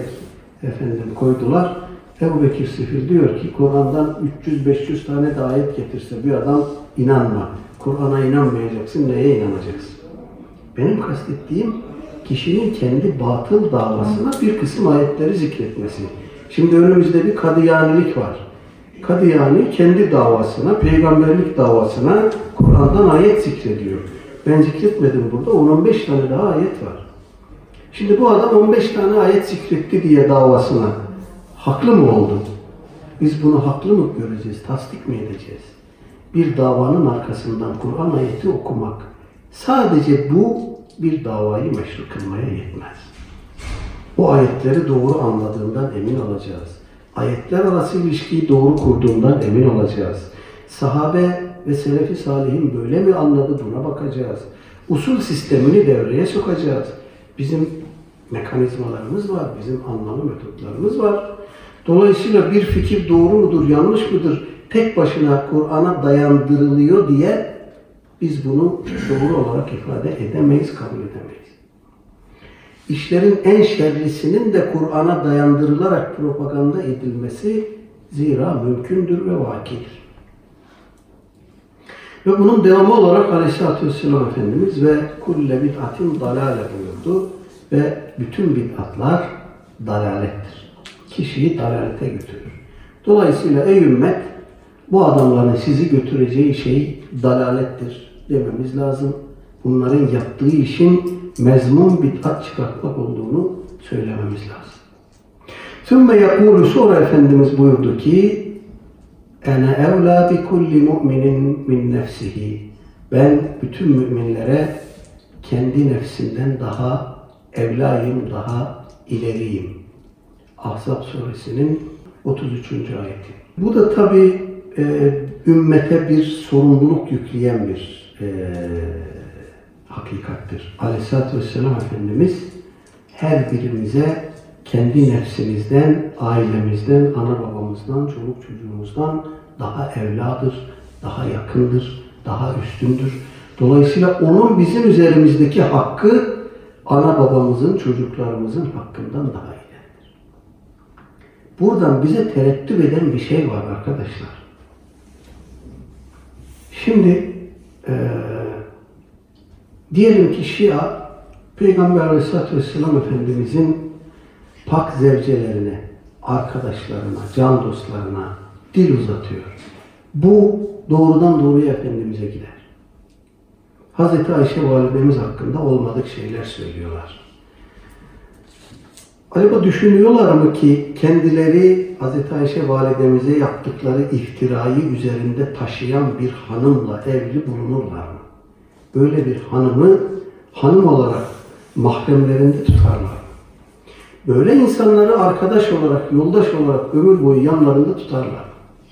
koydular. Ebu Bekir Sifil diyor ki Kur'an'dan 300-500 tane de ayet getirse bir adam inanma. Kur'an'a inanmayacaksın, neye inanacaksın? Benim kastettiğim kişinin kendi batıl davasına bir kısım ayetleri zikretmesi. Şimdi önümüzde bir kadıyanilik var. Kadıyani kendi davasına, peygamberlik davasına Kur'an'dan ayet zikrediyor. Ben zikretmedim burada, 10-15 tane daha ayet var. Şimdi bu adam 15 tane ayet zikretti diye davasına haklı mı oldu? Biz bunu haklı mı göreceğiz, tasdik mi edeceğiz? Bir davanın arkasından Kur'an ayeti okumak, sadece bu bir davayı meşru kılmaya yetmez. O ayetleri doğru anladığından emin olacağız. Ayetler arası ilişkiyi doğru kurduğundan emin olacağız. Sahabe ve Selefi Salihin böyle mi anladı, buna bakacağız. Usul sistemini devreye sokacağız. Bizim mekanizmalarımız var, bizim anlamı metotlarımız var. Dolayısıyla bir fikir doğru mudur, yanlış mıdır, tek başına Kur'an'a dayandırılıyor diye biz bunu doğru olarak ifade edemeyiz, kabul edemeyiz. İşlerin en şerlisinin de Kur'an'a dayandırılarak propaganda edilmesi zira mümkündür ve vakidir. Ve bunun devamı olarak Aleyhisselatü Vesselam Efendimiz ve kulle bid'atin dalale buyurdu ve bütün bid'atlar dalalettir. Kişiyi dalalete götürür. Dolayısıyla ey ümmet, bu adamların sizi götüreceği şey dalalettir dememiz lazım. Bunların yaptığı işin mezmum bid'at çıkartmak olduğunu söylememiz lazım. Sümme yakulu, sonra Efendimiz buyurdu ki ene evlâ bi kulli mu'minin min nefsihi. Ben bütün müminlere kendi nefsinden daha evlayım, daha ileriyim. Ahzab suresinin 33. ayeti. Bu da tabi ümmete bir sorumluluk yükleyen bir hakikattir. Aleyhisselatü Vesselam Efendimiz her birimize kendi nefsimizden, ailemizden, ana babamızdan, çoluk çocuğumuzdan daha evladır, daha yakındır, daha üstündür. Dolayısıyla onun bizim üzerimizdeki hakkı ana babamızın, çocuklarımızın hakkından daha iyidir. Buradan bize tereddüt eden bir şey var arkadaşlar. Şimdi diyelim ki Şia, Peygamber Aleyhisselatü Vesselam Efendimizin pak zevcelerine, arkadaşlarına, can dostlarına dil uzatıyor. Bu doğrudan doğruya Efendimiz'e gider. Hazreti Ayşe validemiz hakkında olmadık şeyler söylüyorlar. Acaba düşünüyorlar mı ki kendileri Hazreti Ayşe validemize yaptıkları iftirayı üzerinde taşıyan bir hanımla evli bulunurlar mı? Böyle bir hanımı hanım olarak mahremlerinde tutarlar. Böyle insanları arkadaş olarak, yoldaş olarak ömür boyu yanlarında tutarlar.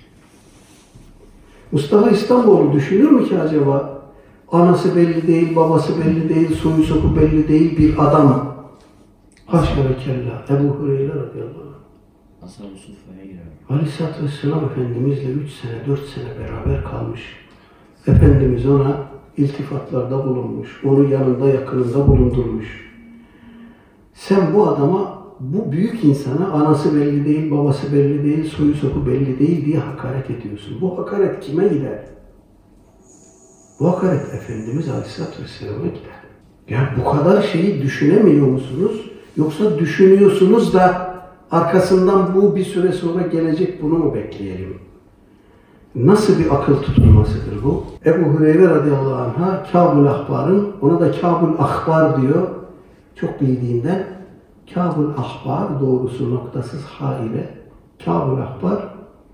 Mustafa İslamoğlu düşünür mü ki acaba anası belli değil, babası belli değil, soyu soku belli değil bir adam Haşa ve kella. Ebu Hureyre radıyallahu anh. Ashab-ı Suffa'ya girer. Aleyhisselatü Vesselam Efendimizle 3 sene, 4 sene beraber kalmış. Efendimiz ona iltifatlarda bulunmuş, onu yanında yakınında bulundurmuş. Sen bu adama, bu büyük insana anası belli değil, babası belli değil, soyu soku belli değil diye hakaret ediyorsun. Bu hakaret kime gider? Bu hakaret Efendimiz Aleyhisselatü Vesselam'a gider. Yani bu kadar şeyi düşünemiyor musunuz? Yoksa düşünüyorsunuz da arkasından bu bir süre sonra gelecek, bunu mu bekleyelim? Nasıl bir akıl tutulmasıdır bu? Ebu Hureyre radıyallahu anh'a Kâbul Ahbar'ın, ona da Kâbul Ahbar diyor. Çok bildiğinden Kâbul Ahbar doğrusu noktasız ha ile Kâbul Ahbar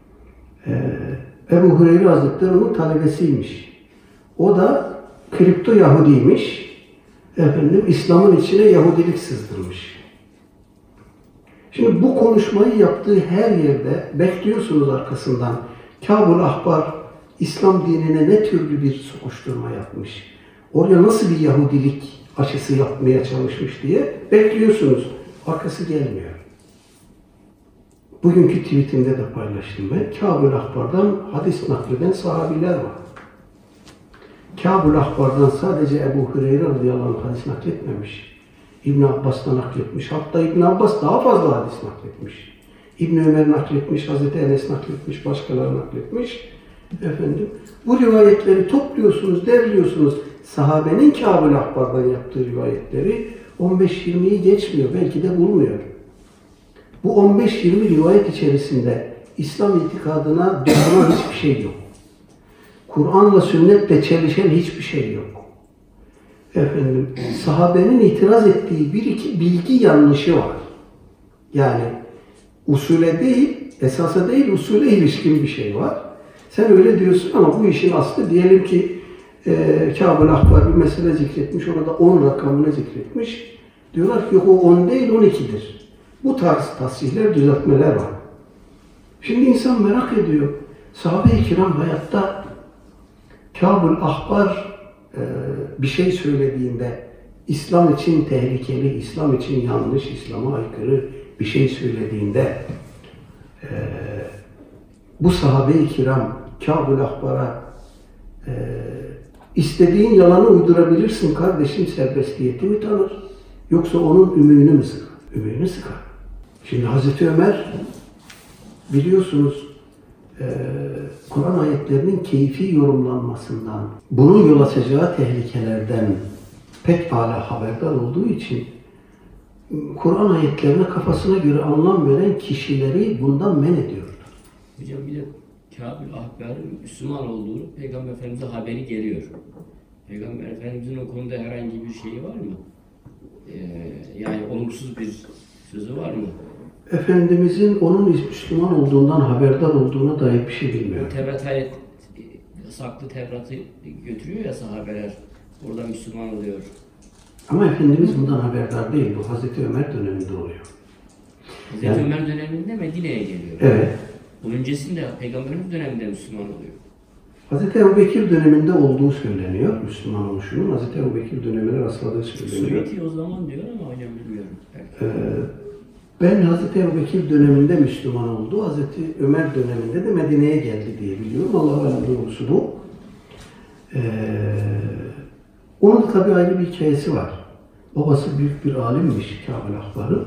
Ebu Hureyre Hazretleri onun talebesiymiş. O da kripto Yahudiymiş. İslam'ın içine Yahudilik sızdırmış. Şimdi bu konuşmayı yaptığı her yerde bekliyorsunuz arkasından. Kâbul Ahbar İslam dinine ne türlü bir sokuşturma yapmış, oraya nasıl bir Yahudilik aşısı yapmaya çalışmış diye bekliyorsunuz. Arkası gelmiyor. Bugünkü tweetimde de paylaştım ben. Kâbul Ahbar'dan hadis nakleden sahabiler var. Kâbul Ahbar'dan sadece Ebu Hureyre radıyallahu anh hadis nakletmemiş. İbn Abbas'tan nakletmiş. Hatta İbn Abbas daha fazla hadis nakletmiş. İbn Ömer nakletmiş, Hazreti Enes nakletmiş, başkaları nakletmiş. Bu rivayetleri topluyorsunuz, derliyorsunuz. Sahabenin Kâbul Ahbar'dan yaptığı rivayetleri 15-20'yi geçmiyor, belki de bulmuyor. Bu 15-20 rivayet içerisinde İslam itikadına dokunan hiçbir şey yok. Kur'an'la sünnetle çelişen hiçbir şey yok. Sahabenin itiraz ettiği bir iki bilgi yanlışı var. Yani usule değil, esasa değil, usule ilişkin bir şey var. Sen öyle diyorsun ama bu işin aslı diyelim ki Kâbul Ahbar bir mesele zikretmiş, orada 10 rakamını zikretmiş. Diyorlar ki yok o 10 değil 12'dir. Bu tarz tasihler, düzeltmeler var. Şimdi insan merak ediyor. Sahabe-i kiram hayatta Kâbul Ahbar bir şey söylediğinde İslam için tehlikeli, İslam için yanlış, İslam'a aykırı bir şey söylediğinde bu sahabe-i kiram Kâbul Ahbar'a istediğin yalanı uydurabilirsin kardeşim serbestiyeti mi tanır? Yoksa onun ümüğünü mü sıkar? Ümüğünü sıkar. Şimdi Hazreti Ömer biliyorsunuz Kur'an ayetlerinin keyfi yorumlanmasından, bunun yol açacağı tehlikelerden pek âlâ haberdar olduğu için Kur'an ayetlerine kafasına göre anlam veren kişileri bundan men ediyordu. Hocam bir de Kâbul Ahbar'ın Müslüman olduğunu Peygamber Efendimiz'e haberi geliyor. Peygamber Efendimiz'in o konuda herhangi bir şeyi var mı? Yani olumsuz bir sözü var mı? Efendimizin onun Müslüman olduğundan haberdar olduğuna dair bir şey bilmiyorum. Tevrat ayet, saklı Tevrat'ı götürüyor ya sahabeler, orada Müslüman oluyor. Ama Efendimiz bundan haberdar değil, bu Hazreti Ömer döneminde oluyor. Hazreti Ömer döneminde Medine'ye geliyor. Evet. Bunun öncesinde Peygamberimiz döneminde Müslüman oluyor. Hazreti Ebubekir döneminde olduğu söyleniyor, Müslüman oluşunun. Hazreti Ebubekir dönemine rastladığı söyleniyor. Sünneti o zaman diyor ama hocam bilmiyorum. Belki. Ben Hazreti Ebubekir döneminde Müslüman oldu, Hazreti Ömer döneminde de Medine'ye geldi diye biliyorum. Allah'a doğrusu bu. Onun da tabii ayrı bir hikayesi var. Babası büyük bir alimmiş Kâbul Ahbar'ın.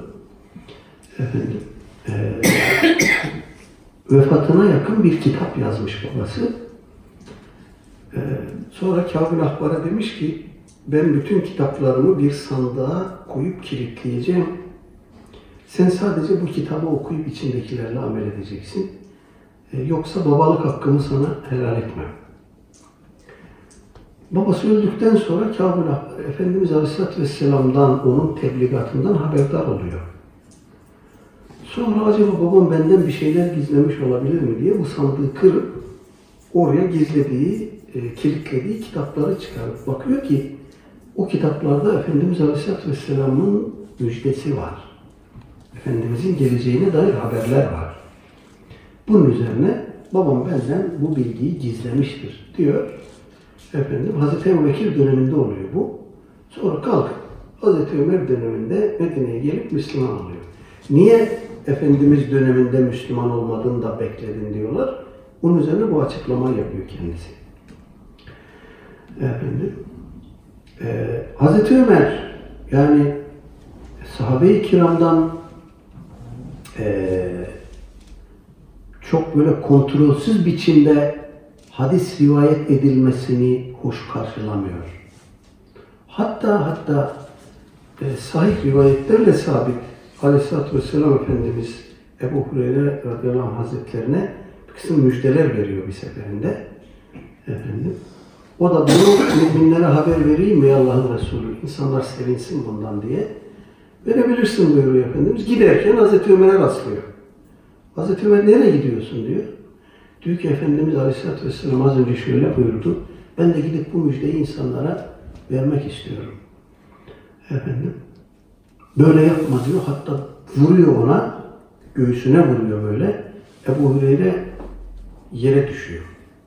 Vefatına yakın bir kitap yazmış babası. Sonra Kâbul Ahbar'a demiş ki ben bütün kitaplarımı bir sandığa koyup kilitleyeceğim. Sen sadece bu kitabı okuyup içindekilerle amel edeceksin. Yoksa babalık hakkımı sana helal etmem. Babası öldükten sonra Kâbul Ahbar Efendimiz Aleyhisselatü Vesselam'dan, onun tebligatından haberdar oluyor. Sonra acaba babam benden bir şeyler gizlemiş olabilir mi diye bu sandığı kırıp oraya gizlediği, kilitlediği kitapları çıkarıp bakıyor ki o kitaplarda Efendimiz Aleyhisselatü Vesselam'ın müjdesi var. Efendimizin geleceğine dair haberler var. Bunun üzerine babam benden bu bilgiyi gizlemiştir diyor. Hazreti Ebubekir döneminde oluyor bu. Sonra kalkıp Hazreti Ömer döneminde Medine'ye gelip Müslüman oluyor. Niye Efendimiz döneminde Müslüman olmadığını da bekledin diyorlar. Bunun üzerine bu açıklamayı yapıyor kendisi. Efendim, Hazreti Ömer yani sahabe-i kiramdan çok böyle kontrolsüz biçimde hadis rivayet edilmesini hoş karşılamıyor. Hatta sahih rivayetlerle sabit Aleyhisselatü Vesselam Efendimiz Ebu Hureyre radıyallahu anh hazretlerine bir kısım müjdeler veriyor bir seferinde. Efendim. O da bunu müminlere haber vereyim mi Allah'ın Resulü? İnsanlar sevinsin bundan diye. Verebilirsin buyuruyor Efendimiz. Giderken Hazreti Ömer'e rastlıyor. Hazreti Ömer nereye gidiyorsun diyor. Diyor ki Efendimiz Aleyhisselatü Vesselam az önce şöyle buyurdu. Ben de gidip bu müjdeyi insanlara vermek istiyorum. Efendim. Böyle yapma diyor. Hatta vuruyor ona. Göğsüne vuruyor böyle. Ebu Hureyre yere düşüyor.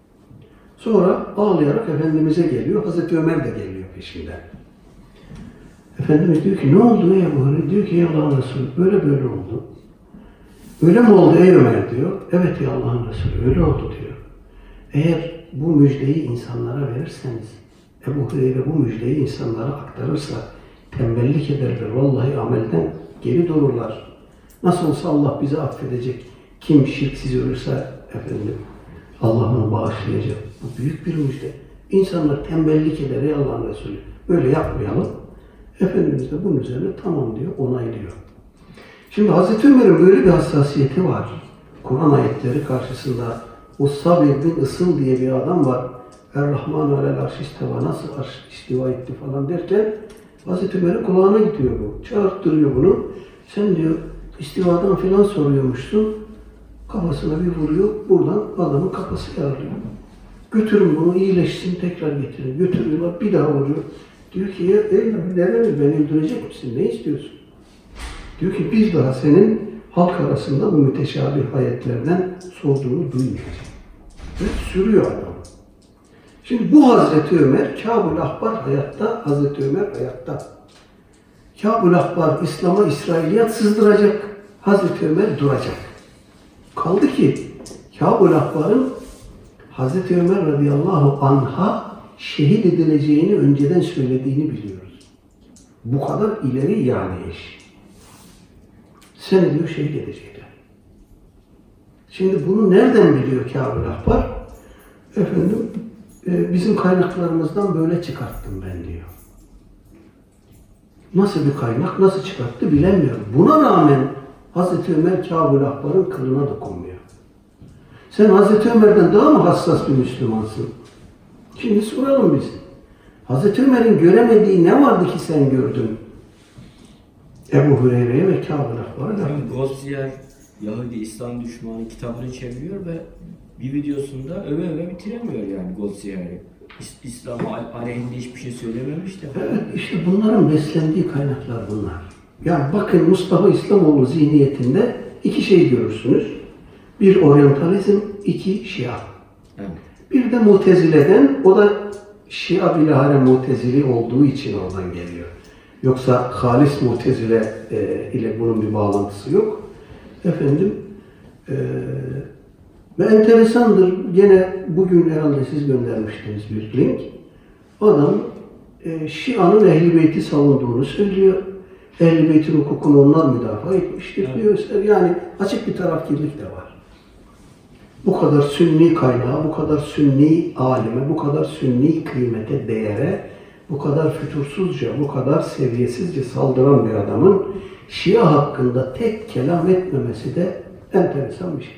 Sonra ağlayarak Efendimiz'e geliyor. Hazreti Ömer de geliyor peşinden. Efendimiz diyor ki ne oldu ey Ebu Hureyre? Diyor ki ey Allah'ın Resulü böyle oldu. Öyle mi oldu ey Ömer diyor. Evet ya Allah'ın Resulü öyle oldu diyor. Eğer bu müjdeyi insanlara verirseniz, Ebu Hureyre bu müjdeyi insanlara aktarırsa tembellik ederler. Vallahi amelden geri dururlar. Nasıl olsa Allah bizi affedecek. Kim şirksiz ölürse efendim Allah onu bağışlayacak. Bu büyük bir müjde. İnsanlar tembellik eder ey Allah'ın Resulü. Böyle yapmayalım. Efendimiz de bunun üzerine tamam diyor, onaylıyor. Şimdi Hazreti Ömer'in böyle bir hassasiyeti var. Kur'an ayetleri karşısında o Sabir bin Isıl diye bir adam var. Er-Rahman alel arş isteva, nasıl arş istiva etti falan derken Hazreti Ömer'in kulağına gidiyor bu. Çağırttırıyor bunu. Sen diyor istivadan filan soruyormuşsun. Kafasına bir vuruyor. Buradan adamın kafası yarılıyor. Götürün bunu iyileşsin tekrar getirin. Götürüyorlar bir daha vuruyor. Diyor ki ya nereye beni öldürecek misin? Ne istiyorsun? Diyor ki bir daha senin halk arasında bu müteşabih ayetlerden sorduğunu duymayacağım. Ve sürüyor adam. Şimdi bu Hazreti Ömer, Kâb-ül Ahbar hayatta, Hazreti Ömer hayatta. Kâb-ül Ahbar İslam'a İsrailiyat sızdıracak, Hazreti Ömer duracak. Kaldı ki Kâb-ül Ahbar'ın Hazreti Ömer radıyallahu anh'a şehit edileceğini önceden söylediğini biliyoruz. Bu kadar ileri yani iş. Seni diyor şehit edecekler. Şimdi bunu nereden biliyor Kâb-ül Ahbar? Efendim bizim kaynaklarımızdan böyle çıkarttım ben diyor. Nasıl bir kaynak, nasıl çıkarttı bilemiyorum. Buna rağmen Hazreti Ömer Kâb-ül Ahbar'ın kılına dokunmuyor. Sen Hazreti Ömer'den daha mı hassas bir Müslümansın? Şimdi soralım biz. Hazreti Ömer'in göremediği ne vardı ki sen gördün? Ebu Hureyre'ye ve Kâb-ül Ahbar'a da. Gosziyer, Yahudi İslam düşmanı kitabını çeviriyor ve bir videosunda öve bitiremiyor yani Gozziyer'i. İslam aleyhinde hiçbir şey söylememiş de. Evet, işte bunların beslendiği kaynaklar bunlar. Yani bakın Mustafa İslamoğlu zihniyetinde iki şey görürsünüz. Bir oryantalizm, iki Şia. Evet. Bir de Mutezile'den, o da Şia bilahare Mutezili olduğu için oradan geliyor. Yoksa halis Mutezile ile bunun bir bağlantısı yok. Efendim, ve enteresandır, gene bugün herhalde siz göndermiştiniz bir link. Adam Şia'nın Ehl-i Beyt'i savunduğunu söylüyor. Ehl-i Beyt'in hukukunu onlar müdafaa etmiştir diyor. Yani açık bir tarafkirlik de var. Bu kadar sünni kaynağı, bu kadar sünni alime, bu kadar sünni kıymete, değere, bu kadar fütursuzca, bu kadar seviyesizce saldıran bir adamın Şia hakkında tek kelam etmemesi de enteresan bir şey.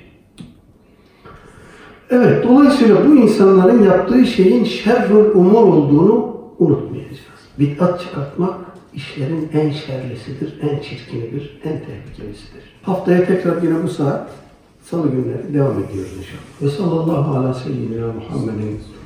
Evet, dolayısıyla bu insanların yaptığı şeyin şerrül umur olduğunu unutmayacağız. Bid'at çıkartmak işlerin en şerlisidir, en çirkinidir, en tehlikelisidir. Haftaya tekrar yine bu saat Salı günleri devam ediyoruz inşallah. Ve sallallahu ala seyyidina Muhammedin